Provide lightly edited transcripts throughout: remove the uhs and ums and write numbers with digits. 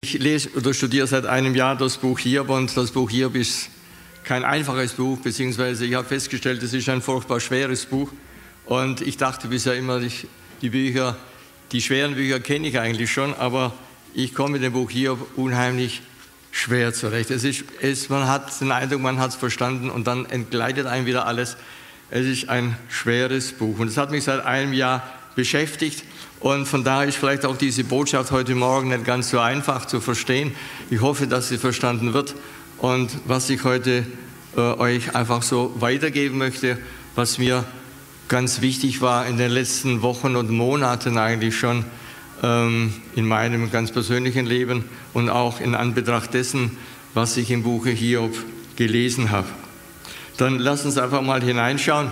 Ich lese oder studiere seit einem Jahr das Buch Hiob und das Buch Hiob ist kein einfaches Buch, beziehungsweise ich habe festgestellt, es ist ein furchtbar schweres Buch und ich dachte bisher immer, die schweren Bücher kenne ich eigentlich schon, aber ich komme mit dem Buch Hiob unheimlich schwer zurecht. Man hat den Eindruck, man hat es verstanden und dann entgleitet einem wieder alles. Es ist ein schweres Buch und es hat mich seit einem Jahr beschäftigt und von daher ist vielleicht auch diese Botschaft heute Morgen nicht ganz so einfach zu verstehen. Ich hoffe, dass sie verstanden wird und was ich heute euch einfach so weitergeben möchte, was mir ganz wichtig war in den letzten Wochen und Monaten eigentlich schon in meinem ganz persönlichen Leben und auch in Anbetracht dessen, was ich im Buche Hiob gelesen habe. Dann lasst uns einfach mal hineinschauen.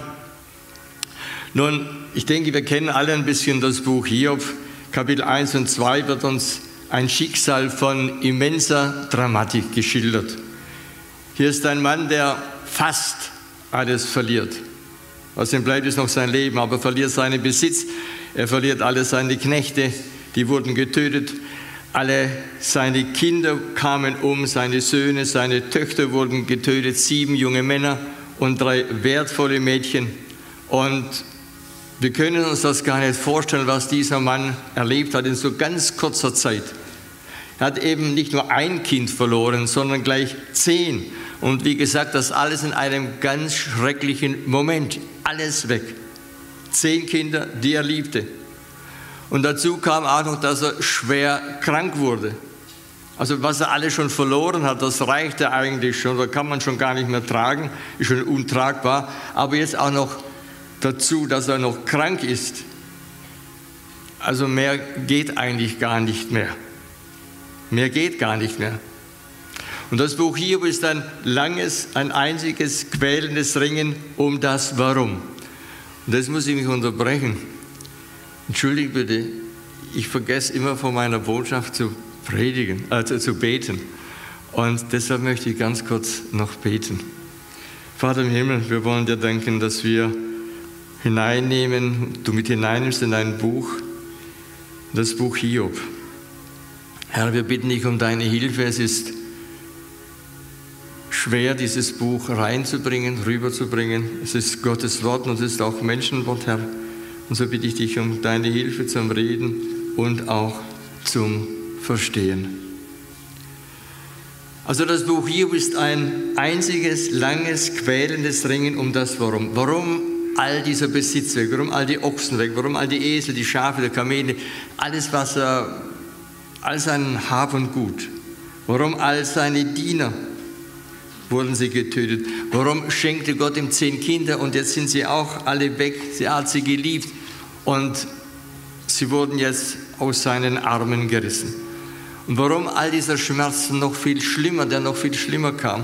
Nun, ich denke, wir kennen alle ein bisschen das Buch Hiob. Kapitel 1 und 2 wird uns ein Schicksal von immenser Dramatik geschildert. Hier ist ein Mann, der fast alles verliert. Was ihm bleibt, ist noch sein Leben, aber er verliert seinen Besitz, er verliert alle seine Knechte, die wurden getötet, alle seine Kinder kamen um, seine Söhne, seine Töchter wurden getötet, 7 junge Männer und 3 wertvolle Mädchen. Und wir können uns das gar nicht vorstellen, was dieser Mann erlebt hat in so ganz kurzer Zeit. Er hat eben nicht nur ein Kind verloren, sondern gleich 10. Und wie gesagt, das alles in einem ganz schrecklichen Moment. Alles weg. 10 Kinder, die er liebte. Und dazu kam auch noch, dass er schwer krank wurde. Also was er alles schon verloren hat, das reichte eigentlich schon. Da kann man schon gar nicht mehr tragen, ist schon untragbar. Aber jetzt auch noch dazu, dass er noch krank ist. Also mehr geht eigentlich gar nicht mehr. Mehr geht gar nicht mehr. Und das Buch Hiob ist ein langes, ein einziges quälendes Ringen um das Warum. Und das muss ich mich unterbrechen. Entschuldigt bitte, ich vergesse immer von meiner Botschaft zu predigen, zu beten. Und deshalb möchte ich ganz kurz noch beten. Vater im Himmel, wir wollen dir danken, dass wir hineinnehmen, du mit hineinnimmst in dein Buch, das Buch Hiob. Herr, wir bitten dich um deine Hilfe. Es ist schwer, dieses Buch reinzubringen, rüberzubringen. Es ist Gottes Wort und es ist auch Menschenwort, Herr. Und so bitte ich dich um deine Hilfe zum Reden und auch zum Verstehen. Also das Buch Hiob ist ein einziges, langes, quälendes Ringen um das Warum. Warum all dieser Besitz weg? Warum all die Ochsen weg? Warum all die Esel, die Schafe, die Kamele? Alles, all sein Hab und Gut. Warum all seine Diener wurden sie getötet? Warum schenkte Gott ihm 10 Kinder und jetzt sind sie auch alle weg? Sie hat sie geliebt und sie wurden jetzt aus seinen Armen gerissen. Und warum all dieser Schmerz noch viel schlimmer, der noch viel schlimmer kam?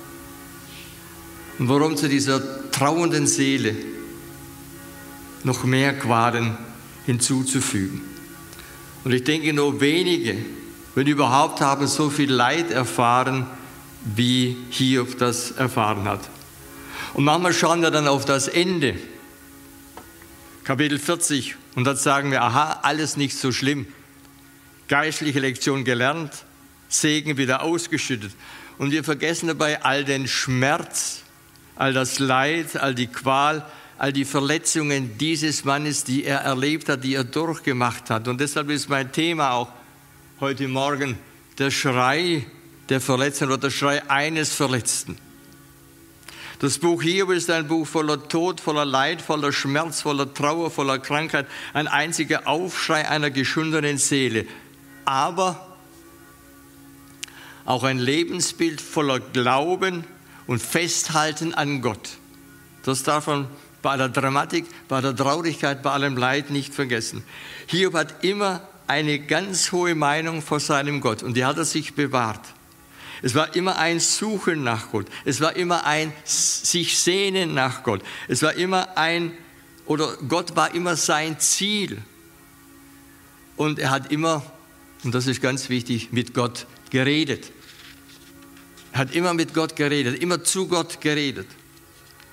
Und warum zu dieser trauernden Seele noch mehr Qualen hinzuzufügen? Und ich denke, nur wenige, wenn überhaupt, haben so viel Leid erfahren, wie Hiob das erfahren hat. Und manchmal schauen wir dann auf das Ende, Kapitel 40, und dann sagen wir, aha, alles nicht so schlimm. Geistliche Lektion gelernt, Segen wieder ausgeschüttet. Und wir vergessen dabei all den Schmerz, all das Leid, all die Qual, all die Verletzungen dieses Mannes, die er erlebt hat, die er durchgemacht hat. Und deshalb ist mein Thema auch heute Morgen der Schrei der Verletzten oder der Schrei eines Verletzten. Das Buch Hiob ist ein Buch voller Tod, voller Leid, voller Schmerz, voller Trauer, voller Krankheit, ein einziger Aufschrei einer geschundenen Seele. Aber auch ein Lebensbild voller Glauben und Festhalten an Gott. Das darf man bei aller Dramatik, bei der Traurigkeit, bei allem Leid nicht vergessen. Hiob hat immer eine ganz hohe Meinung vor seinem Gott und die hat er sich bewahrt. Es war immer ein Suchen nach Gott. Es war immer ein sich sehnen nach Gott. Es war immer Gott war immer sein Ziel. Und er hat immer, und das ist ganz wichtig, mit Gott geredet. Er hat immer mit Gott geredet, immer zu Gott geredet.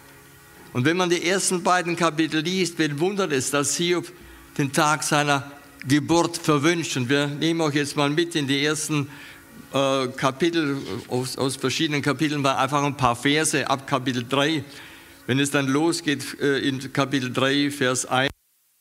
Und wenn man die ersten beiden Kapitel liest, wen wundert es, dass Hiob den Tag seiner Geburt verwünscht. Und wir nehmen euch jetzt mal mit in die ersten Kapitel, aus verschiedenen Kapiteln, war einfach ein paar Verse ab Kapitel 3. Wenn es dann losgeht in Kapitel 3, Vers 1.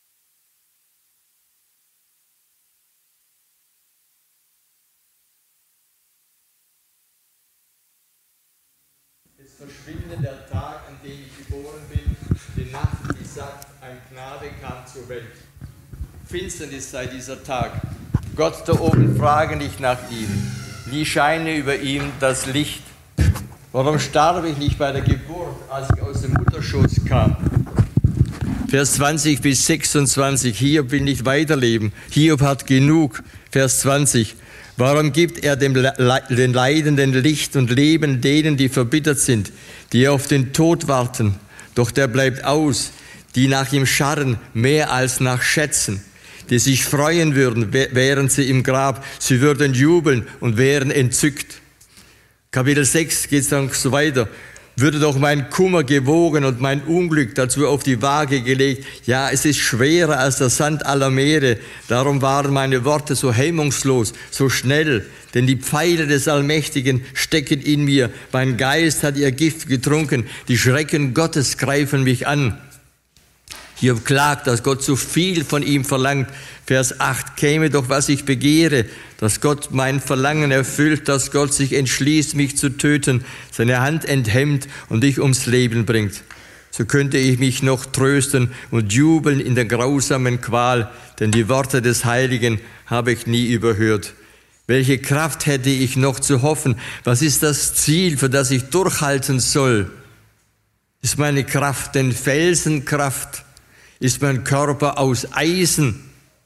Es verschwindet der Tag, an dem ich geboren bin, die Nacht, die sagt, ein Knabe kam zur Welt. Finsternis sei dieser Tag. Gott da oben frage nicht nach ihm. Wie scheine über ihm das Licht? Warum starb ich nicht bei der Geburt, als ich aus dem Mutterschoß kam? Vers 20 bis 26. Hiob will nicht weiterleben. Hiob hat genug. Vers 20. Warum gibt er den Leidenden Licht und Leben denen, die verbittert sind, die auf den Tod warten? Doch der bleibt aus, die nach ihm scharren, mehr als nach Schätzen, die sich freuen würden, wären sie im Grab. Sie würden jubeln und wären entzückt. Kapitel 6 geht es dann so weiter. Würde doch mein Kummer gewogen und mein Unglück dazu auf die Waage gelegt. Ja, es ist schwerer als der Sand aller Meere. Darum waren meine Worte so hemmungslos, so schnell. Denn die Pfeile des Allmächtigen stecken in mir. Mein Geist hat ihr Gift getrunken. Die Schrecken Gottes greifen mich an. Hiob klagt, dass Gott zu viel von ihm verlangt. Vers 8, käme doch, was ich begehre, dass Gott mein Verlangen erfüllt, dass Gott sich entschließt, mich zu töten, seine Hand enthemmt und dich ums Leben bringt. So könnte ich mich noch trösten und jubeln in der grausamen Qual, denn die Worte des Heiligen habe ich nie überhört. Welche Kraft hätte ich noch zu hoffen? Was ist das Ziel, für das ich durchhalten soll? Ist meine Kraft denn Felsenkraft? Ist mein Körper aus Eisen?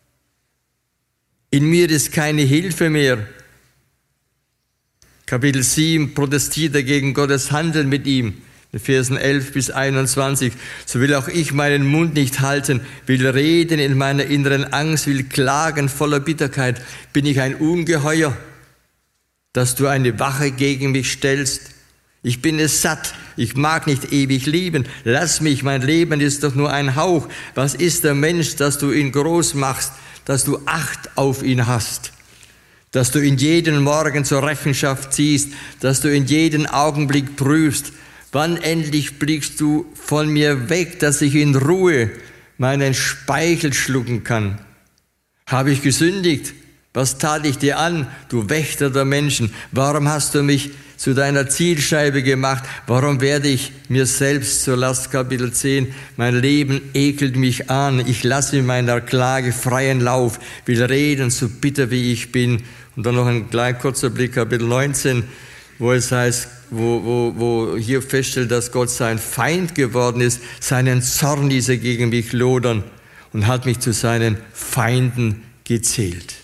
In mir ist keine Hilfe mehr. Kapitel 7 protestiert er gegen Gottes Handeln mit ihm. In Versen 11 bis 21. So will auch ich meinen Mund nicht halten, will reden in meiner inneren Angst, will klagen voller Bitterkeit. Bin ich ein Ungeheuer, dass du eine Wache gegen mich stellst? Ich bin es satt, ich mag nicht ewig leben. Lass mich, mein Leben ist doch nur ein Hauch. Was ist der Mensch, dass du ihn groß machst, dass du Acht auf ihn hast, dass du ihn jeden Morgen zur Rechenschaft ziehst, dass du ihn jeden Augenblick prüfst? Wann endlich blickst du von mir weg, dass ich in Ruhe meinen Speichel schlucken kann? Habe ich gesündigt? Was tat ich dir an, du Wächter der Menschen? Warum hast du mich zu deiner Zielscheibe gemacht? Warum werde ich mir selbst zur Last? Kapitel 10. Mein Leben ekelt mich an. Ich lasse meiner Klage freien Lauf, will reden, so bitter wie ich bin. Und dann noch ein gleich kurzer Blick, Kapitel 19, wo es heißt, wo hier feststellt, dass Gott sein Feind geworden ist. Seinen Zorn ließ er gegen mich lodern und hat mich zu seinen Feinden gezählt.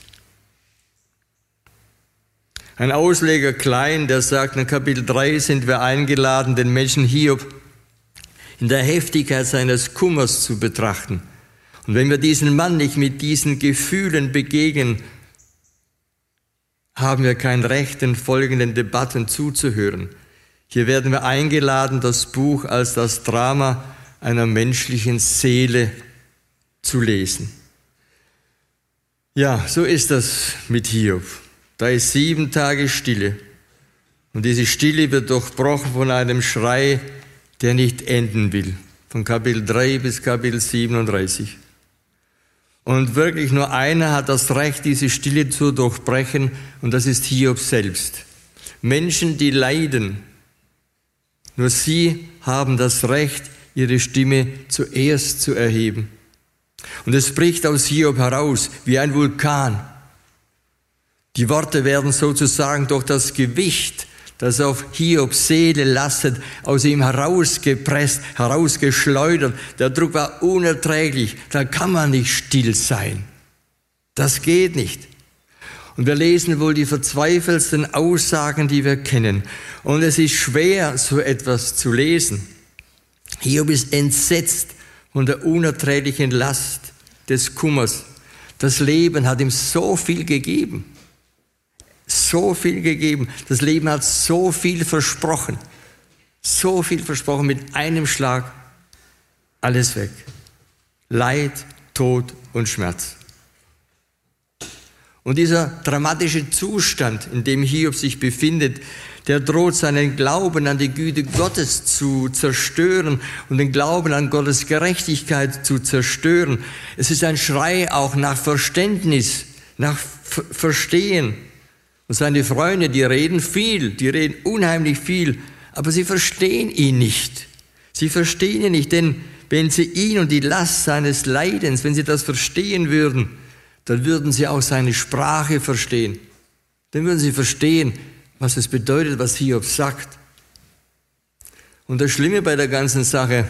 Ein Ausleger Klein, der sagt, in Kapitel 3 sind wir eingeladen, den Menschen Hiob in der Heftigkeit seines Kummers zu betrachten. Und wenn wir diesen Mann nicht mit diesen Gefühlen begegnen, haben wir kein Recht, den folgenden Debatten zuzuhören. Hier werden wir eingeladen, das Buch als das Drama einer menschlichen Seele zu lesen. Ja, so ist das mit Hiob. Da ist 7 Tage Stille. Und diese Stille wird durchbrochen von einem Schrei, der nicht enden will. Von Kapitel 3 bis Kapitel 37. Und wirklich nur einer hat das Recht, diese Stille zu durchbrechen, und das ist Hiob selbst. Menschen, die leiden, nur sie haben das Recht, ihre Stimme zuerst zu erheben. Und es bricht aus Hiob heraus wie ein Vulkan. Die Worte werden sozusagen durch das Gewicht, das auf Hiobs Seele lastet, aus ihm herausgepresst, herausgeschleudert. Der Druck war unerträglich. Da kann man nicht still sein. Das geht nicht. Und wir lesen wohl die verzweifelsten Aussagen, die wir kennen. Und es ist schwer, so etwas zu lesen. Hiob ist entsetzt von der unerträglichen Last des Kummers. Das Leben hat ihm so viel gegeben. So viel gegeben. Das Leben hat so viel versprochen. So viel versprochen. Mit einem Schlag alles weg. Leid, Tod und Schmerz. Und dieser dramatische Zustand, in dem Hiob sich befindet, der droht seinen Glauben an die Güte Gottes zu zerstören und den Glauben an Gottes Gerechtigkeit zu zerstören. Es ist ein Schrei auch nach Verständnis, nach Verstehen. Und seine Freunde, die reden viel, die reden unheimlich viel, aber sie verstehen ihn nicht. Sie verstehen ihn nicht, denn wenn sie ihn und die Last seines Leidens, wenn sie das verstehen würden, dann würden sie auch seine Sprache verstehen. Dann würden sie verstehen, was es bedeutet, was Hiob sagt. Und das Schlimme bei der ganzen Sache,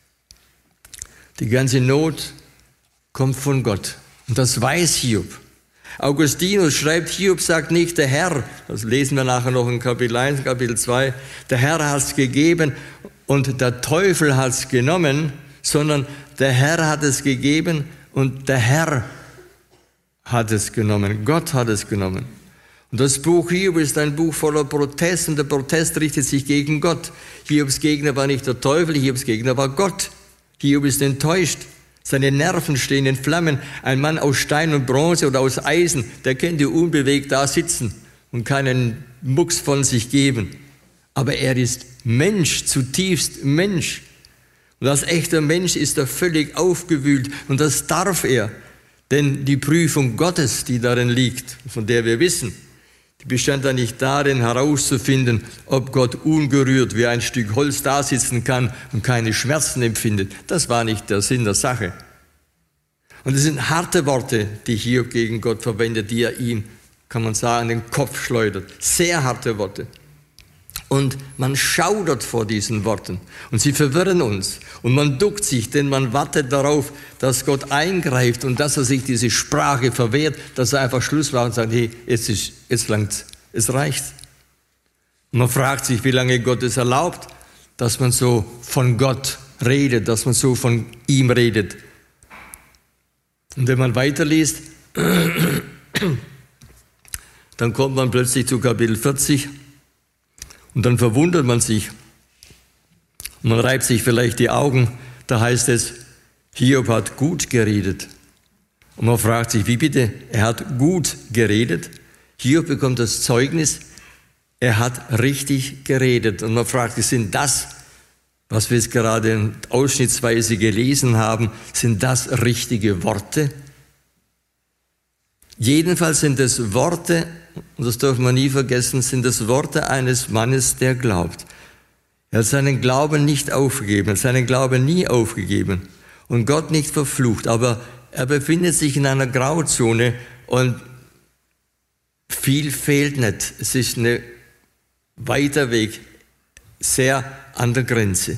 die ganze Not kommt von Gott. Und das weiß Hiob. Augustinus schreibt, Hiob sagt nicht, der Herr, das lesen wir nachher noch in Kapitel 1, Kapitel 2, der Herr hat es gegeben und der Teufel hat es genommen, sondern der Herr hat es gegeben und der Herr hat es genommen. Gott hat es genommen. Und das Buch Hiob ist ein Buch voller Protest und der Protest richtet sich gegen Gott. Hiobs Gegner war nicht der Teufel, Hiobs Gegner war Gott. Hiob ist enttäuscht. Seine Nerven stehen in Flammen. Ein Mann aus Stein und Bronze oder aus Eisen, der könnte unbewegt da sitzen und keinen Mucks von sich geben. Aber er ist Mensch, zutiefst Mensch. Und als echter Mensch ist er völlig aufgewühlt und das darf er. Denn die Prüfung Gottes, die darin liegt, von der wir wissen, die bestand ja nicht darin, herauszufinden, ob Gott ungerührt wie ein Stück Holz da sitzen kann und keine Schmerzen empfindet. Das war nicht der Sinn der Sache. Und es sind harte Worte, die Hiob gegen Gott verwendet, die er ihm, kann man sagen, den Kopf schleudert. Sehr harte Worte. Und man schaudert vor diesen Worten und sie verwirren uns. Und man duckt sich, denn man wartet darauf, dass Gott eingreift und dass er sich diese Sprache verwehrt, dass er einfach Schluss macht und sagt, hey, jetzt langt's, es reicht. Und man fragt sich, wie lange Gott es erlaubt, dass man so von Gott redet, dass man so von ihm redet. Und wenn man weiterliest, dann kommt man plötzlich zu Kapitel 40 und dann verwundert man sich. Man reibt sich vielleicht die Augen, da heißt es, Hiob hat gut geredet. Und man fragt sich, wie bitte? Er hat gut geredet. Hiob bekommt das Zeugnis, er hat richtig geredet. Und man fragt sich, sind das, was wir jetzt gerade ausschnittsweise gelesen haben, sind das richtige Worte? Jedenfalls sind es Worte, und das dürfen wir nie vergessen, sind es Worte eines Mannes, der glaubt. Er hat seinen Glauben nicht aufgegeben, hat seinen Glauben nie aufgegeben und Gott nicht verflucht, aber er befindet sich in einer Grauzone und viel fehlt nicht. Es ist ein weiter Weg, sehr an der Grenze.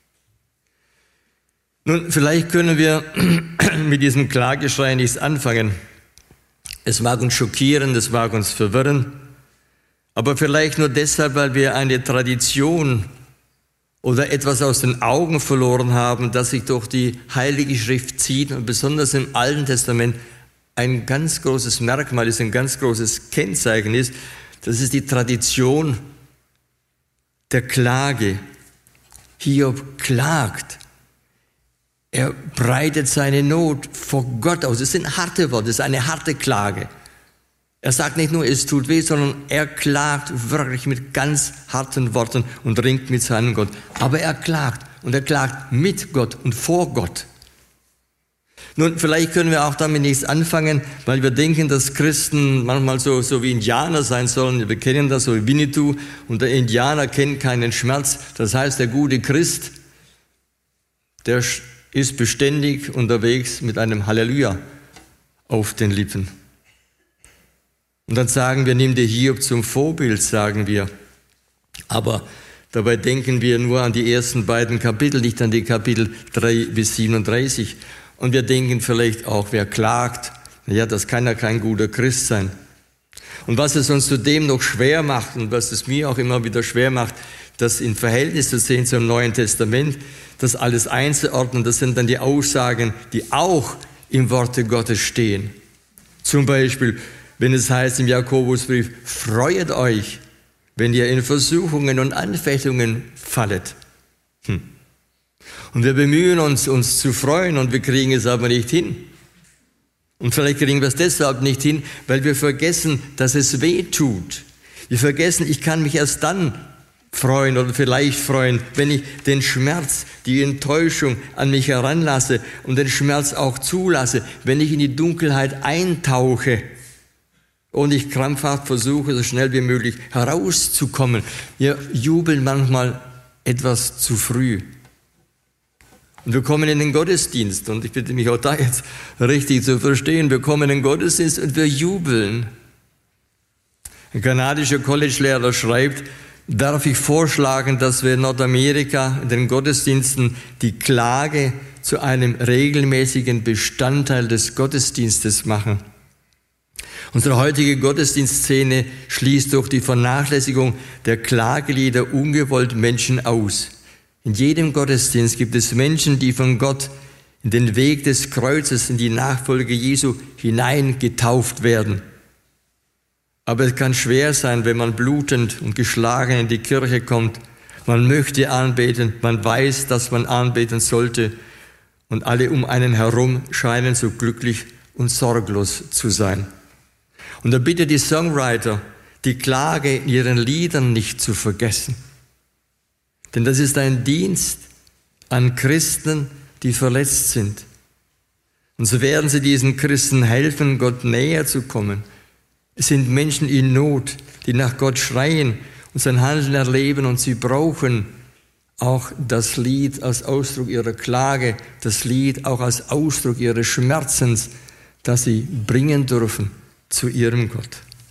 Nun, vielleicht können wir mit diesem Klageschrei nichts anfangen. Es mag uns schockieren, es mag uns verwirren, aber vielleicht nur deshalb, weil wir eine Tradition oder etwas aus den Augen verloren haben, das sich durch die Heilige Schrift zieht und besonders im Alten Testament ein ganz großes Merkmal ist, ein ganz großes Kennzeichen ist. Das ist die Tradition der Klage. Hiob klagt. Er breitet seine Not vor Gott aus. Es sind harte Worte, es ist eine harte Klage. Er sagt nicht nur, es tut weh, sondern er klagt wirklich mit ganz harten Worten und ringt mit seinem Gott. Aber er klagt und er klagt mit Gott und vor Gott. Nun, vielleicht können wir auch damit nichts anfangen, weil wir denken, dass Christen manchmal so wie Indianer sein sollen. Wir kennen das so wie Winnetou und der Indianer kennt keinen Schmerz. Das heißt, der gute Christ, der ist beständig unterwegs mit einem Halleluja auf den Lippen. Und dann sagen wir, nimm dir Hiob zum Vorbild, sagen wir. Aber dabei denken wir nur an die ersten beiden Kapitel, nicht an die Kapitel 3 bis 37. Und wir denken vielleicht auch, wer klagt, ja, das kann ja kein guter Christ sein. Und was es uns zudem noch schwer macht und was es mir auch immer wieder schwer macht, das in Verhältnis zu sehen zum Neuen Testament, das alles einzuordnen, das sind dann die Aussagen, die auch im Worte Gottes stehen. Zum Beispiel, wenn es heißt im Jakobusbrief, freuet euch, wenn ihr in Versuchungen und Anfechtungen fallet. Und wir bemühen uns zu freuen und wir kriegen es aber nicht hin. Und vielleicht kriegen wir es deshalb nicht hin, weil wir vergessen, dass es weh tut. Wir vergessen, ich kann mich erst dann freuen oder vielleicht freuen, wenn ich den Schmerz, die Enttäuschung an mich heranlasse und den Schmerz auch zulasse, wenn ich in die Dunkelheit eintauche und ich krampfhaft versuche, so schnell wie möglich herauszukommen. Wir jubeln manchmal etwas zu früh. Und wir kommen in den Gottesdienst, und ich bitte mich auch da jetzt richtig zu verstehen, wir kommen in den Gottesdienst und wir jubeln. Ein kanadischer College-Lehrer schreibt, darf ich vorschlagen, dass wir in Nordamerika in den Gottesdiensten die Klage zu einem regelmäßigen Bestandteil des Gottesdienstes machen. Unsere heutige Gottesdienstszene schließt durch die Vernachlässigung der Klagelieder ungewollt Menschen aus. In jedem Gottesdienst gibt es Menschen, die von Gott in den Weg des Kreuzes, in die Nachfolge Jesu hineingetauft werden. Aber es kann schwer sein, wenn man blutend und geschlagen in die Kirche kommt. Man möchte anbeten, man weiß, dass man anbeten sollte, und alle um einen herum scheinen so glücklich und sorglos zu sein. Und er bittet die Songwriter, die Klage in ihren Liedern nicht zu vergessen. Denn das ist ein Dienst an Christen, die verletzt sind. Und so werden sie diesen Christen helfen, Gott näher zu kommen. Es sind Menschen in Not, die nach Gott schreien und sein Handeln erleben, und sie brauchen auch das Lied als Ausdruck ihrer Klage, das Lied auch als Ausdruck ihres Schmerzens, das sie bringen dürfen zu ihrem Gott.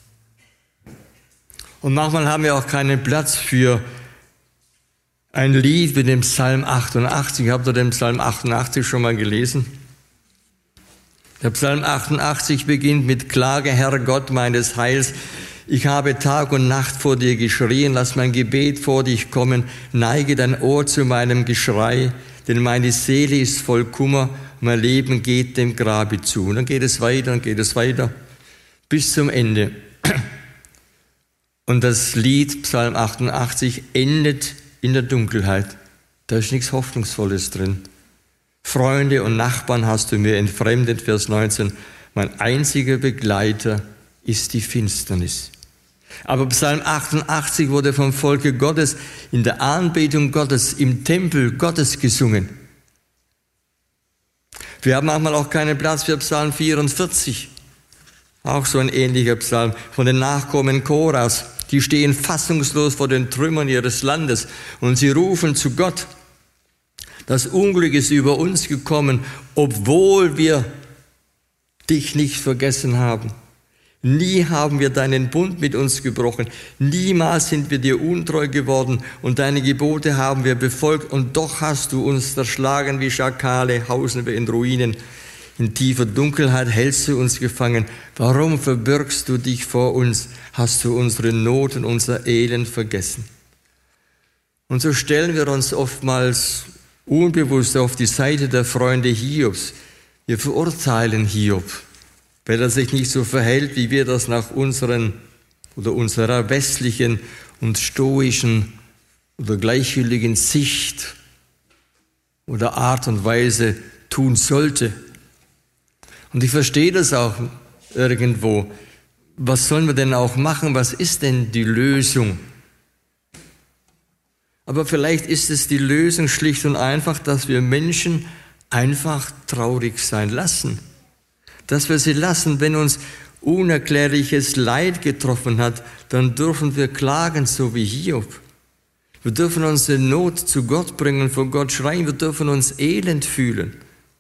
Und manchmal haben wir auch keinen Platz für ein Lied wie den Psalm 88. Habt ihr den Psalm 88 schon mal gelesen? Der Psalm 88 beginnt mit Klage, Herr Gott meines Heils. Ich habe Tag und Nacht vor dir geschrien, lass mein Gebet vor dich kommen, neige dein Ohr zu meinem Geschrei, denn meine Seele ist voll Kummer, mein Leben geht dem Grabe zu. Und dann geht es weiter, bis zum Ende. Und das Lied, Psalm 88, endet in der Dunkelheit. Da ist nichts Hoffnungsvolles drin. Freunde und Nachbarn hast du mir entfremdet, Vers 19. Mein einziger Begleiter ist die Finsternis. Aber Psalm 88 wurde vom Volke Gottes in der Anbetung Gottes, im Tempel Gottes gesungen. Wir haben manchmal auch keinen Platz für Psalm 44. Auch so ein ähnlicher Psalm von den Nachkommen Koras. Die stehen fassungslos vor den Trümmern ihres Landes und sie rufen zu Gott. Das Unglück ist über uns gekommen, obwohl wir dich nicht vergessen haben. Nie haben wir deinen Bund mit uns gebrochen. Niemals sind wir dir untreu geworden und deine Gebote haben wir befolgt. Und doch hast du uns zerschlagen wie Schakale, hausen wir in Ruinen. In tiefer Dunkelheit hältst du uns gefangen. Warum verbirgst du dich vor uns? Hast du unsere Not und unser Elend vergessen? Und so stellen wir uns oftmals unbewusst auf die Seite der Freunde Hiobs. Wir verurteilen Hiob, weil er sich nicht so verhält, wie wir das nach unseren oder unserer westlichen und stoischen oder gleichgültigen Sicht oder Art und Weise tun sollte. Und ich verstehe das auch irgendwo. Was sollen wir denn auch machen? Was ist denn die Lösung? Aber vielleicht ist es die Lösung schlicht und einfach, dass wir Menschen einfach traurig sein lassen. Dass wir sie lassen, wenn uns unerklärliches Leid getroffen hat, dann dürfen wir klagen, so wie Hiob. Wir dürfen unsere Not zu Gott bringen, vor Gott schreien, wir dürfen uns elend fühlen.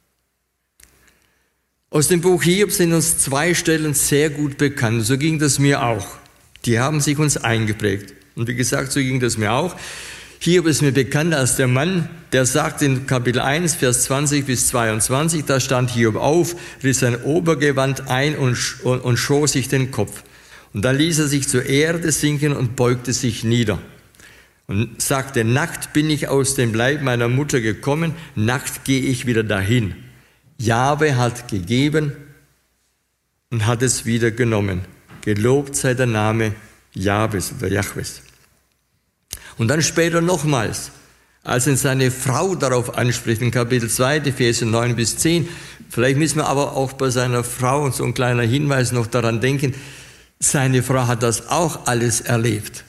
Aus dem Buch Hiob sind uns 2 Stellen sehr gut bekannt. So ging das mir auch. Die haben sich uns eingeprägt. Und wie gesagt, so ging das mir auch. Hiob ist mir bekannt als der Mann, der sagt in Kapitel 1, Vers 20 bis 22, da stand Hiob auf, riss sein Obergewand ein und schor sich den Kopf. Und dann ließ er sich zur Erde sinken und beugte sich nieder. Und sagte, nackt bin ich aus dem Leib meiner Mutter gekommen, nackt gehe ich wieder dahin. Jahwe hat gegeben und hat es wieder genommen. Gelobt sei der Name Jahwes oder Jahwes. Und dann später nochmals, als ihn seine Frau darauf anspricht, in Kapitel 2, die Verse 9 bis 10. Vielleicht müssen wir aber auch bei seiner Frau, so ein kleiner Hinweis, noch daran denken, seine Frau hat das auch alles erlebt.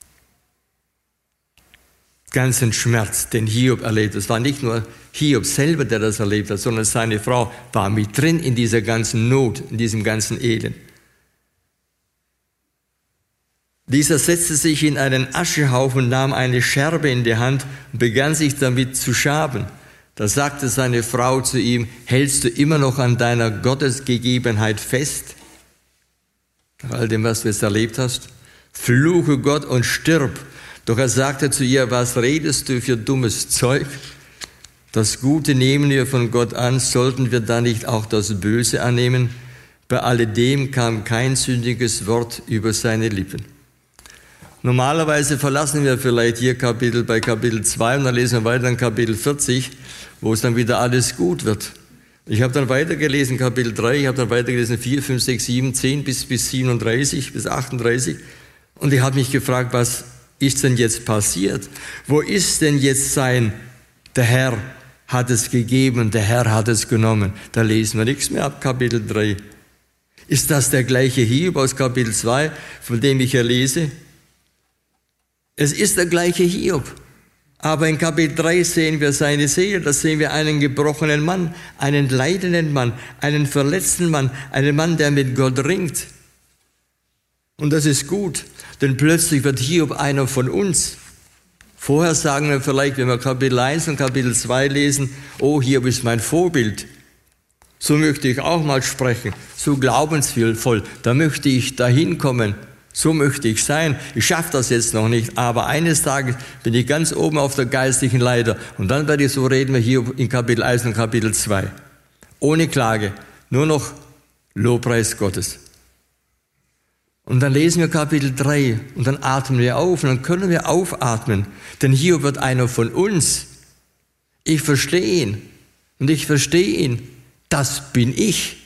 Ganzen Schmerz, den Hiob erlebt. Es war nicht nur Hiob selber, der das erlebt hat, sondern seine Frau war mit drin in dieser ganzen Not, in diesem ganzen Elend. Dieser setzte sich in einen Aschehaufen, nahm eine Scherbe in die Hand und begann sich damit zu schaben. Da sagte seine Frau zu ihm, hältst du immer noch an deiner Gottesgegebenheit fest? Nach all dem, was du jetzt erlebt hast? Fluche Gott und stirb. Doch er sagte zu ihr, was redest du für dummes Zeug? Das Gute nehmen wir von Gott an, sollten wir dann nicht auch das Böse annehmen? Bei alledem kam kein sündiges Wort über seine Lippen. Normalerweise verlassen wir vielleicht hier bei Kapitel 2 und dann lesen wir weiter in Kapitel 40, wo es dann wieder alles gut wird. Ich habe dann weitergelesen Kapitel 3, ich habe dann weitergelesen 4, 5, 6, 7, 10 bis 37, bis 38 und ich habe mich gefragt, was ist denn jetzt passiert? Wo ist denn jetzt der Herr hat es gegeben, der Herr hat es genommen. Da lesen wir nichts mehr ab Kapitel 3. Ist das der gleiche Hiob aus Kapitel 2, von dem ich ja lese? Es ist der gleiche Hiob, aber in Kapitel 3 sehen wir seine Seele, da sehen wir einen gebrochenen Mann, einen leidenden Mann, einen verletzten Mann, einen Mann, der mit Gott ringt. Und das ist gut, denn plötzlich wird Hiob einer von uns. Vorher sagen wir vielleicht, wenn wir Kapitel 1 und Kapitel 2 lesen, oh, Hiob ist mein Vorbild. So möchte ich auch mal sprechen, so glaubensvoll, da möchte ich dahin kommen. So möchte ich sein. Ich schaffe das jetzt noch nicht, aber eines Tages bin ich ganz oben auf der geistlichen Leiter und dann werde ich so reden wie hier in Kapitel 1 und Kapitel 2. Ohne Klage, nur noch Lobpreis Gottes. Und dann lesen wir Kapitel 3 und dann atmen wir auf und dann können wir aufatmen, denn hier wird einer von uns. Ich verstehe ihn und ich verstehe ihn. Das bin ich.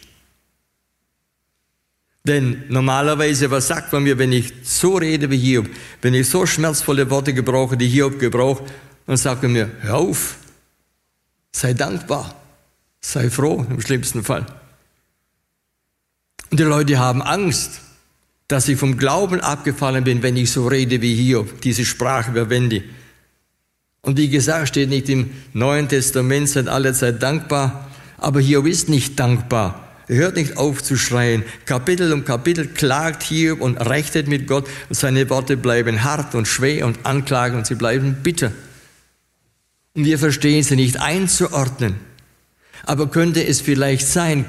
Denn normalerweise, was sagt man mir, wenn ich so rede wie Hiob, wenn ich so schmerzvolle Worte gebrauche, die Hiob gebraucht, dann sagt man mir, hör auf, sei dankbar, sei froh im schlimmsten Fall. Und die Leute haben Angst, dass ich vom Glauben abgefallen bin, wenn ich so rede wie Hiob, diese Sprache verwende. Und wie gesagt, steht nicht im Neuen Testament, seid alle Zeit dankbar, aber Hiob ist nicht dankbar. Er hört nicht auf zu schreien. Kapitel um Kapitel klagt Hiob und rechnet mit Gott und seine Worte bleiben hart und schwer und anklagend und sie bleiben bitter. Und wir verstehen sie nicht einzuordnen. Aber könnte es vielleicht sein,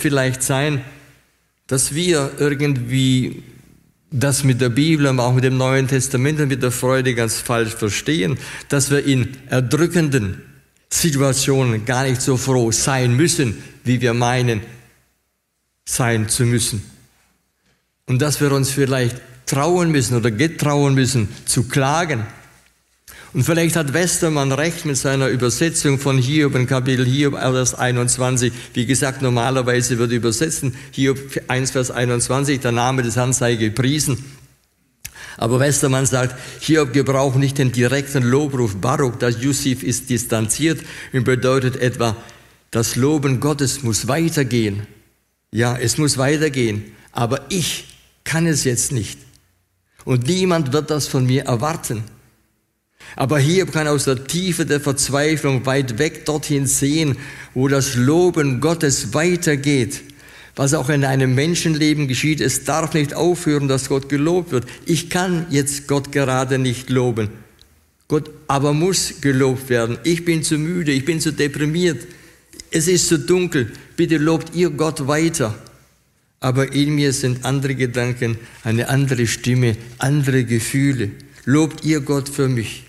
dass wir irgendwie das mit der Bibel und auch mit dem Neuen Testament und mit der Freude ganz falsch verstehen, dass wir in erdrückenden Situationen gar nicht so froh sein müssen, wie wir meinen, sein zu müssen. Und dass wir uns vielleicht trauen müssen oder getrauen müssen, zu klagen. Und vielleicht hat Westermann recht mit seiner Übersetzung von Hiob in Kapitel Hiob 21. Wie gesagt, normalerweise wird übersetzen Hiob 1, Vers 21, der Name des Herrn sei gepriesen. Aber Westermann sagt, Hiob gebraucht nicht den direkten Lobruf Baruch, das Jussiv ist distanziert und bedeutet etwa, das Loben Gottes muss weitergehen. Ja, es muss weitergehen, aber ich kann es jetzt nicht. Und niemand wird das von mir erwarten. Aber Hiob kann aus der Tiefe der Verzweiflung weit weg dorthin sehen, wo das Loben Gottes weitergeht. Was auch in einem Menschenleben geschieht, es darf nicht aufhören, dass Gott gelobt wird. Ich kann jetzt Gott gerade nicht loben. Gott aber muss gelobt werden. Ich bin zu müde, ich bin zu deprimiert. Es ist zu dunkel. Bitte lobt ihr Gott weiter. Aber in mir sind andere Gedanken, eine andere Stimme, andere Gefühle. Lobt ihr Gott für mich.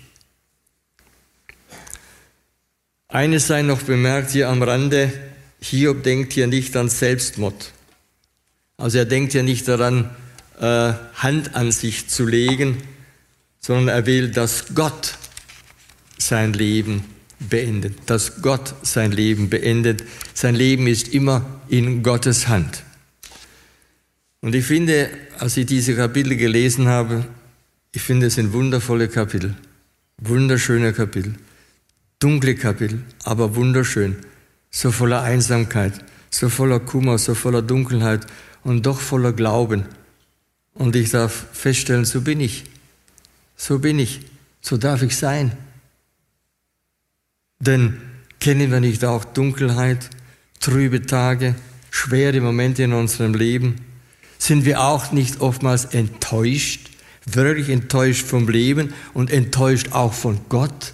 Eines sei noch bemerkt hier am Rande, Hiob denkt hier nicht an Selbstmord. Also er denkt hier nicht daran, Hand an sich zu legen, sondern er will, dass Gott sein Leben beendet. Dass Gott sein Leben beendet. Sein Leben ist immer in Gottes Hand. Und ich finde, als ich diese Kapitel gelesen habe, ich finde es sind wundervolle Kapitel. Wunderschöne Kapitel. Dunkle Kapitel, aber wunderschön. So voller Einsamkeit, so voller Kummer, so voller Dunkelheit und doch voller Glauben. Und ich darf feststellen, so bin ich, so darf ich sein. Denn kennen wir nicht auch Dunkelheit, trübe Tage, schwere Momente in unserem Leben? Sind wir auch nicht oftmals enttäuscht, wirklich enttäuscht vom Leben und enttäuscht auch von Gott?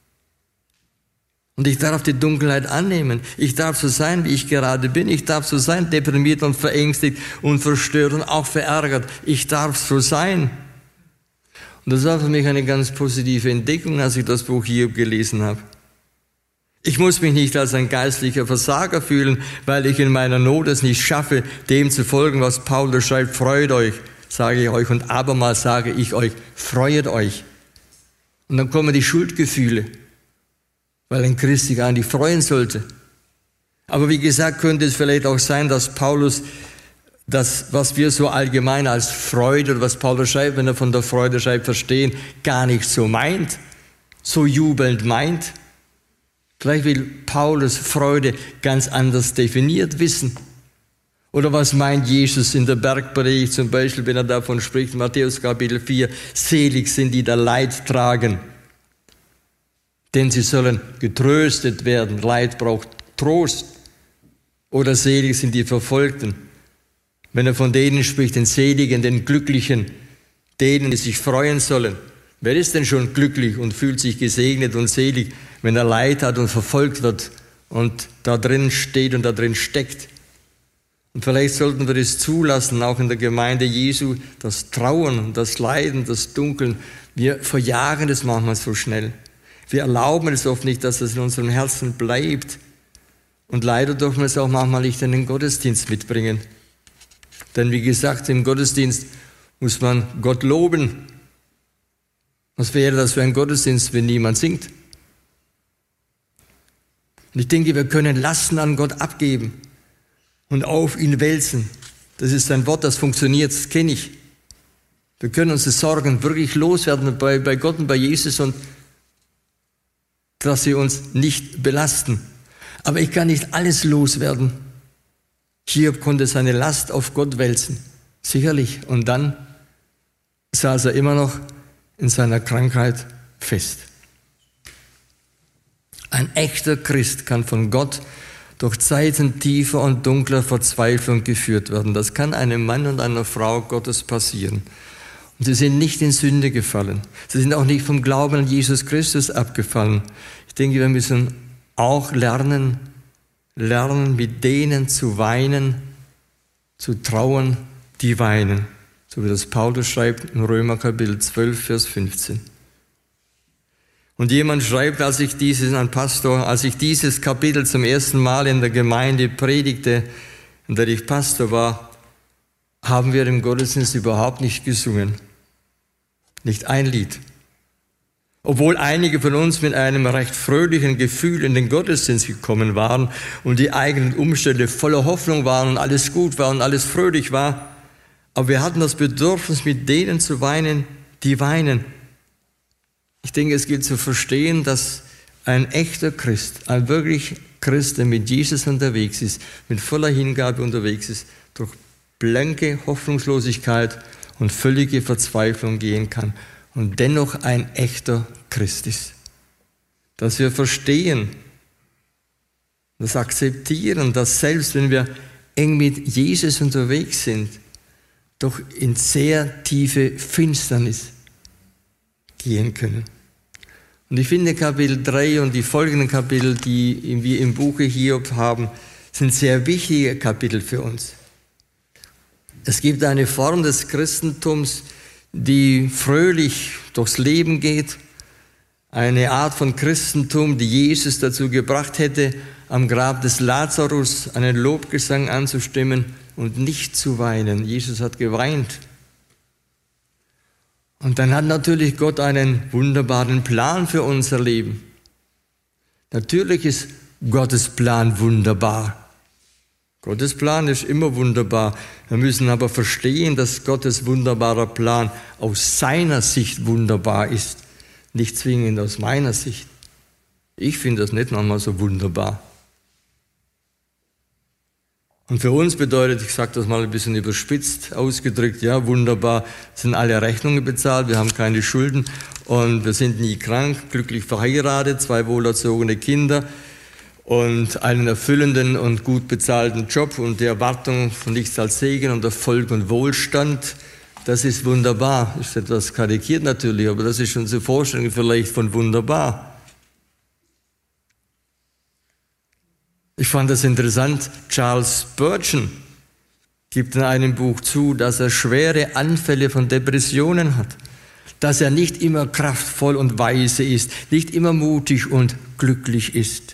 Und ich darf die Dunkelheit annehmen. Ich darf so sein, wie ich gerade bin. Ich darf so sein, deprimiert und verängstigt und verstört und auch verärgert. Ich darf so sein. Und das war für mich eine ganz positive Entdeckung, als ich das Buch Hiob gelesen habe. Ich muss mich nicht als ein geistlicher Versager fühlen, weil ich in meiner Not es nicht schaffe, dem zu folgen, was Paulus schreibt. Freut euch, sage ich euch, und abermals sage ich euch, freut euch. Und dann kommen die Schuldgefühle, weil ein Christ sich eigentlich freuen sollte. Aber wie gesagt, könnte es vielleicht auch sein, dass Paulus das, was wir so allgemein als Freude, oder was Paulus schreibt, wenn er von der Freude schreibt, verstehen, gar nicht so meint, so jubelnd meint. Vielleicht will Paulus Freude ganz anders definiert wissen. Oder was meint Jesus in der Bergpredigt zum Beispiel, wenn er davon spricht, Matthäus Kapitel 4, selig sind die da Leid tragen, denn sie sollen getröstet werden. Leid braucht Trost. Oder selig sind die Verfolgten. Wenn er von denen spricht, den Seligen, den Glücklichen, denen, die sich freuen sollen. Wer ist denn schon glücklich und fühlt sich gesegnet und selig, wenn er Leid hat und verfolgt wird und da drin steht und da drin steckt? Und vielleicht sollten wir das zulassen, auch in der Gemeinde Jesu, das Trauern, das Leiden, das Dunkeln. Wir verjagen das manchmal so schnell. Wir erlauben es oft nicht, dass es in unserem Herzen bleibt. Und leider dürfen wir es auch manchmal nicht in den Gottesdienst mitbringen. Denn wie gesagt, im Gottesdienst muss man Gott loben. Was wäre das für ein Gottesdienst, wenn niemand singt? Und ich denke, wir können Lasten an Gott abgeben und auf ihn wälzen. Das ist ein Wort, das funktioniert, das kenne ich. Wir können unsere Sorgen wirklich loswerden bei Gott und bei Jesus und dass sie uns nicht belasten. Aber ich kann nicht alles loswerden. Hiob konnte seine Last auf Gott wälzen, sicherlich. Und dann saß er immer noch in seiner Krankheit fest. Ein echter Christ kann von Gott durch Zeiten tiefer und dunkler Verzweiflung geführt werden. Das kann einem Mann und einer Frau Gottes passieren. Und sie sind nicht in Sünde gefallen. Sie sind auch nicht vom Glauben an Jesus Christus abgefallen. Ich denke, wir müssen auch lernen, mit denen zu weinen, zu trauern, die weinen. So wie das Paulus schreibt in Römer Kapitel 12, Vers 15. Und jemand schreibt, als ich dieses Kapitel zum ersten Mal in der Gemeinde predigte, in der ich Pastor war, haben wir im Gottesdienst überhaupt nicht gesungen. Nicht ein Lied. Obwohl einige von uns mit einem recht fröhlichen Gefühl in den Gottesdienst gekommen waren und die eigenen Umstände voller Hoffnung waren und alles gut war und alles fröhlich war. Aber wir hatten das Bedürfnis, mit denen zu weinen, die weinen. Ich denke, es gilt zu verstehen, dass ein echter Christ, ein wirklich Christ, der mit Jesus unterwegs ist, mit voller Hingabe unterwegs ist, durch blanke Hoffnungslosigkeit und völlige Verzweiflung gehen kann und dennoch ein echter Christ ist. Dass wir verstehen, das akzeptieren, dass selbst wenn wir eng mit Jesus unterwegs sind, doch in sehr tiefe Finsternis gehen können. Und ich finde, Kapitel 3 und die folgenden Kapitel, die wir im Buche Hiob haben, sind sehr wichtige Kapitel für uns. Es gibt eine Form des Christentums, die fröhlich durchs Leben geht, eine Art von Christentum, die Jesus dazu gebracht hätte, am Grab des Lazarus einen Lobgesang anzustimmen und nicht zu weinen. Jesus hat geweint. Und dann hat natürlich Gott einen wunderbaren Plan für unser Leben. Natürlich ist Gottes Plan wunderbar. Gottes Plan ist immer wunderbar. Wir müssen aber verstehen, dass Gottes wunderbarer Plan aus seiner Sicht wunderbar ist, nicht zwingend aus meiner Sicht. Ich finde das nicht manchmal so wunderbar. Und für uns bedeutet, ich sage das mal ein bisschen überspitzt ausgedrückt, ja, wunderbar, sind alle Rechnungen bezahlt, wir haben keine Schulden und wir sind nie krank, glücklich verheiratet, 2 wohlerzogene Kinder und einen erfüllenden und gut bezahlten Job und die Erwartung von nichts als Segen und Erfolg und Wohlstand. Das ist wunderbar, ist etwas karikiert natürlich, aber das ist unsere Vorstellung vielleicht von wunderbar. Ich fand das interessant, Charles Spurgeon gibt in einem Buch zu, dass er schwere Anfälle von Depressionen hat, dass er nicht immer kraftvoll und weise ist, nicht immer mutig und glücklich ist.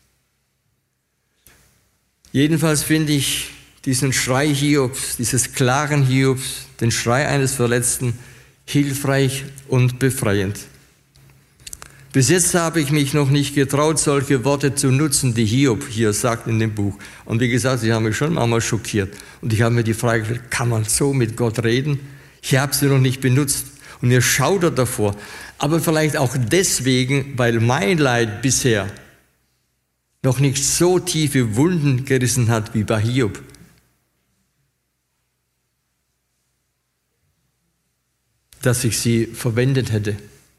Jedenfalls finde ich diesen Schrei Hiobs, dieses klaren Hiobs, den Schrei eines Verletzten, hilfreich und befreiend. Bis jetzt habe ich mich noch nicht getraut, solche Worte zu nutzen, die Hiob hier sagt in dem Buch. Und wie gesagt, sie haben mich schon einmal schockiert. Und ich habe mir die Frage gestellt, kann man so mit Gott reden? Ich habe sie noch nicht benutzt. Und mir schaudert davor. Aber vielleicht auch deswegen, weil mein Leid bisher noch nicht so tiefe Wunden gerissen hat wie bei Hiob. Dass ich sie verwendet hätte.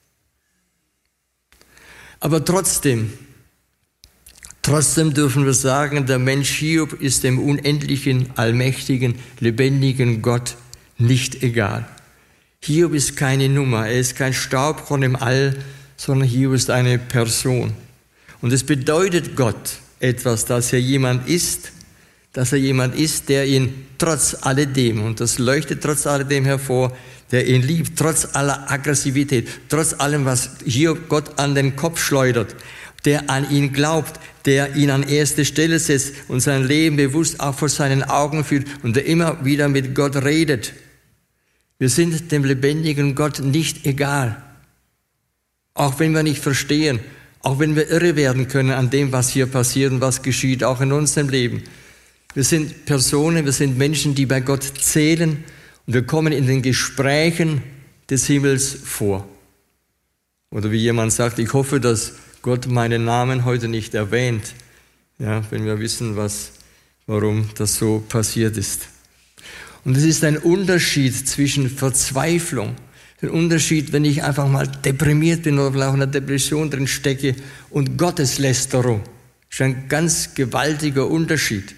Aber trotzdem dürfen wir sagen, der Mensch Hiob ist dem unendlichen, allmächtigen, lebendigen Gott nicht egal. Hiob ist keine Nummer, er ist kein Staubkorn im All, sondern Hiob ist eine Person. Und es bedeutet Gott etwas, dass er jemand ist, der ihn trotz alledem, und das leuchtet trotz alledem hervor, der ihn liebt, trotz aller Aggressivität, trotz allem, was hier Gott an den Kopf schleudert, der an ihn glaubt, der ihn an erste Stelle setzt und sein Leben bewusst auch vor seinen Augen führt und der immer wieder mit Gott redet. Wir sind dem lebendigen Gott nicht egal. Auch wenn wir nicht verstehen, auch wenn wir irre werden können an dem, was hier passiert und was geschieht, auch in unserem Leben. Wir sind Personen, wir sind Menschen, die bei Gott zählen und wir kommen in den Gesprächen des Himmels vor. Oder wie jemand sagt, ich hoffe, dass Gott meinen Namen heute nicht erwähnt, ja, wenn wir wissen, warum das so passiert ist. Und es ist ein Unterschied zwischen Verzweiflung, ein Unterschied, wenn ich einfach mal deprimiert bin oder vielleicht auch in einer Depression drin stecke, und Gotteslästerung. Das ist ein ganz gewaltiger Unterschied.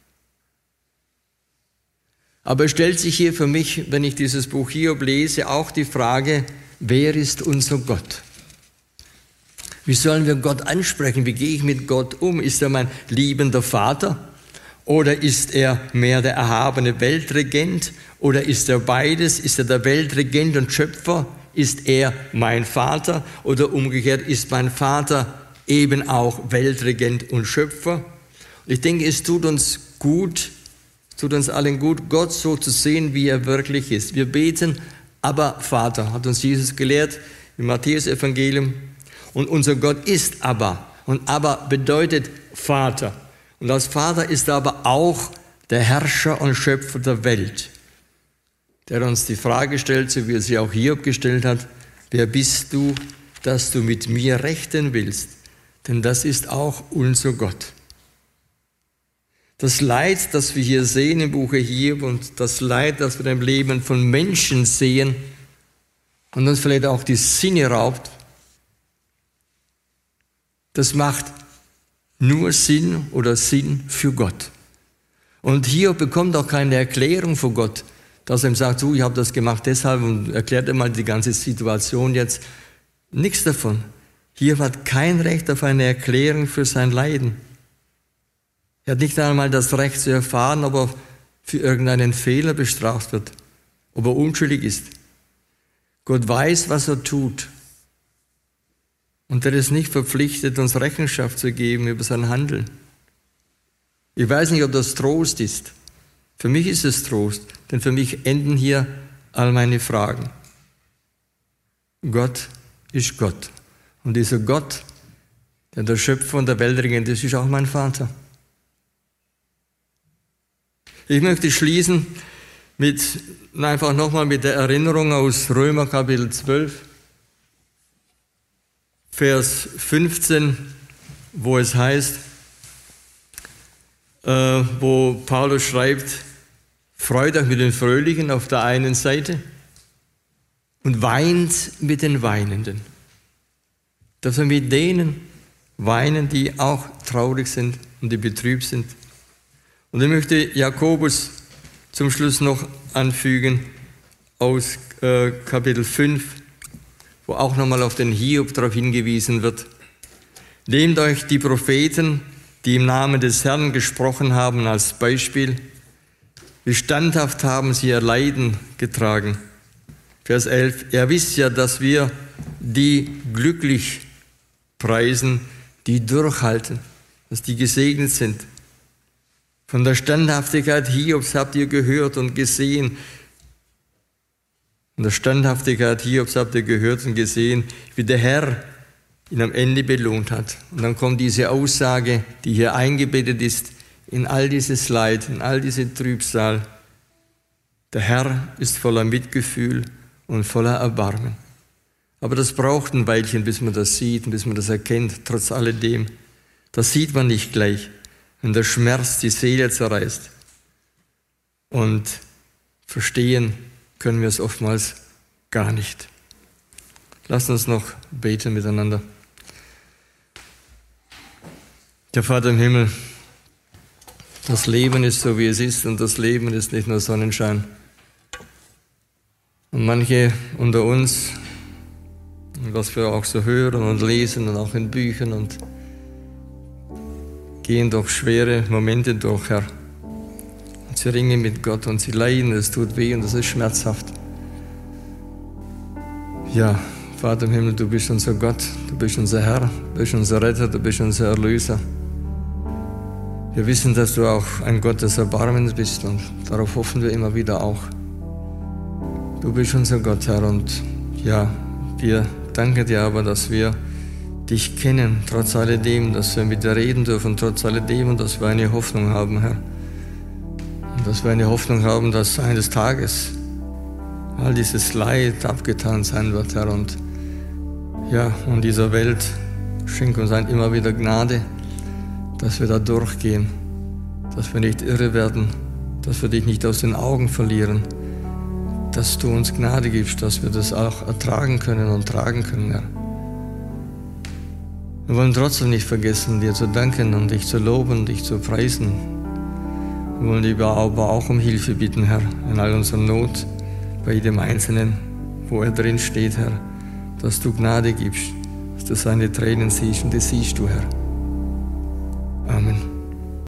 Aber es stellt sich hier für mich, wenn ich dieses Buch Hiob lese, auch die Frage, wer ist unser Gott? Wie sollen wir Gott ansprechen? Wie gehe ich mit Gott um? Ist er mein liebender Vater? Oder ist er mehr der erhabene Weltregent? Oder ist er beides? Ist er der Weltregent und Schöpfer? Ist er mein Vater? Oder umgekehrt, ist mein Vater eben auch Weltregent und Schöpfer? Und ich denke, es tut uns allen gut, Gott so zu sehen, wie er wirklich ist. Wir beten, aber Vater, hat uns Jesus gelehrt im Matthäus-Evangelium. Und unser Gott ist aber. Und aber bedeutet Vater. Und als Vater ist er aber auch der Herrscher und Schöpfer der Welt, der uns die Frage stellt, so wie er sie auch Hiob gestellt hat, wer bist du, dass du mit mir rechten willst? Denn das ist auch unser Gott. Das Leid, das wir hier sehen im Buche Hiob und das Leid, das wir im Leben von Menschen sehen und uns vielleicht auch die Sinne raubt, das macht nur Sinn für Gott. Und Hiob bekommt auch keine Erklärung von Gott, dass er ihm sagt, ich habe das gemacht deshalb und erklärt ihm mal die ganze Situation jetzt. Nichts davon. Hiob hat kein Recht auf eine Erklärung für sein Leiden. Er hat nicht einmal das Recht zu erfahren, ob er für irgendeinen Fehler bestraft wird, ob er unschuldig ist. Gott weiß, was er tut. Und er ist nicht verpflichtet, uns Rechenschaft zu geben über sein Handeln. Ich weiß nicht, ob das Trost ist. Für mich ist es Trost, denn für mich enden hier all meine Fragen. Gott ist Gott. Und dieser Gott, der Schöpfer und der Weltregent ist, ist auch mein Vater. Ich möchte schließen einfach nochmal mit der Erinnerung aus Römer Kapitel 12, Vers 15. wo es heißt, wo Paulus schreibt, freut euch mit den Fröhlichen auf der einen Seite und weint mit den Weinenden. Dass wir mit denen weinen, die auch traurig sind und die betrübt sind. Und ich möchte Jakobus zum Schluss noch anfügen aus Kapitel 5, wo auch nochmal auf den Hiob darauf hingewiesen wird. Nehmt euch die Propheten, die im Namen des Herrn gesprochen haben, als Beispiel. Wie standhaft haben sie ihr Leiden getragen. Vers 11. Ihr wisst ja, dass wir die glücklich preisen, die durchhalten, dass die gesegnet sind. Von der Standhaftigkeit Hiobs habt ihr gehört und gesehen. Von der Standhaftigkeit Hiobs habt ihr gehört und gesehen, wie der Herr ihn am Ende belohnt hat. Und dann kommt diese Aussage, die hier eingebettet ist, in all dieses Leid, in all diese Trübsal. Der Herr ist voller Mitgefühl und voller Erbarmen. Aber das braucht ein Weilchen, bis man das sieht und bis man das erkennt, trotz alledem. Das sieht man nicht gleich, wenn der Schmerz die Seele zerreißt. Und verstehen können wir es oftmals gar nicht. Lasst uns noch beten miteinander. Der Vater im Himmel, das Leben ist so, wie es ist, und das Leben ist nicht nur Sonnenschein. Und manche unter uns, was wir auch so hören und lesen und auch in Büchern, und gehen durch schwere Momente durch, Herr. Und sie ringen mit Gott und sie leiden, es tut weh und es ist schmerzhaft. Ja, Vater im Himmel, du bist unser Gott, du bist unser Herr, du bist unser Retter, du bist unser Erlöser. Wir wissen, dass du auch ein Gott des Erbarmens bist, und darauf hoffen wir immer wieder auch. Du bist unser Gott, Herr, und ja, wir danken dir aber, dass wir dich kennen, trotz alledem, dass wir mit dir reden dürfen, trotz alledem, und dass wir eine Hoffnung haben, Herr. Und dass wir eine Hoffnung haben, dass eines Tages all dieses Leid abgetan sein wird, Herr. Und ja, in dieser Welt schenk uns immer wieder Gnade, dass wir da durchgehen, dass wir nicht irre werden, dass wir dich nicht aus den Augen verlieren, dass du uns Gnade gibst, dass wir das auch ertragen können und tragen können, Herr. Wir wollen trotzdem nicht vergessen, dir zu danken und dich zu loben, dich zu preisen. Wir wollen dir aber auch um Hilfe bitten, Herr, in all unserer Not, bei jedem Einzelnen, wo er drin steht, Herr, dass du Gnade gibst, dass du seine Tränen siehst, und das siehst du, Herr. Amen.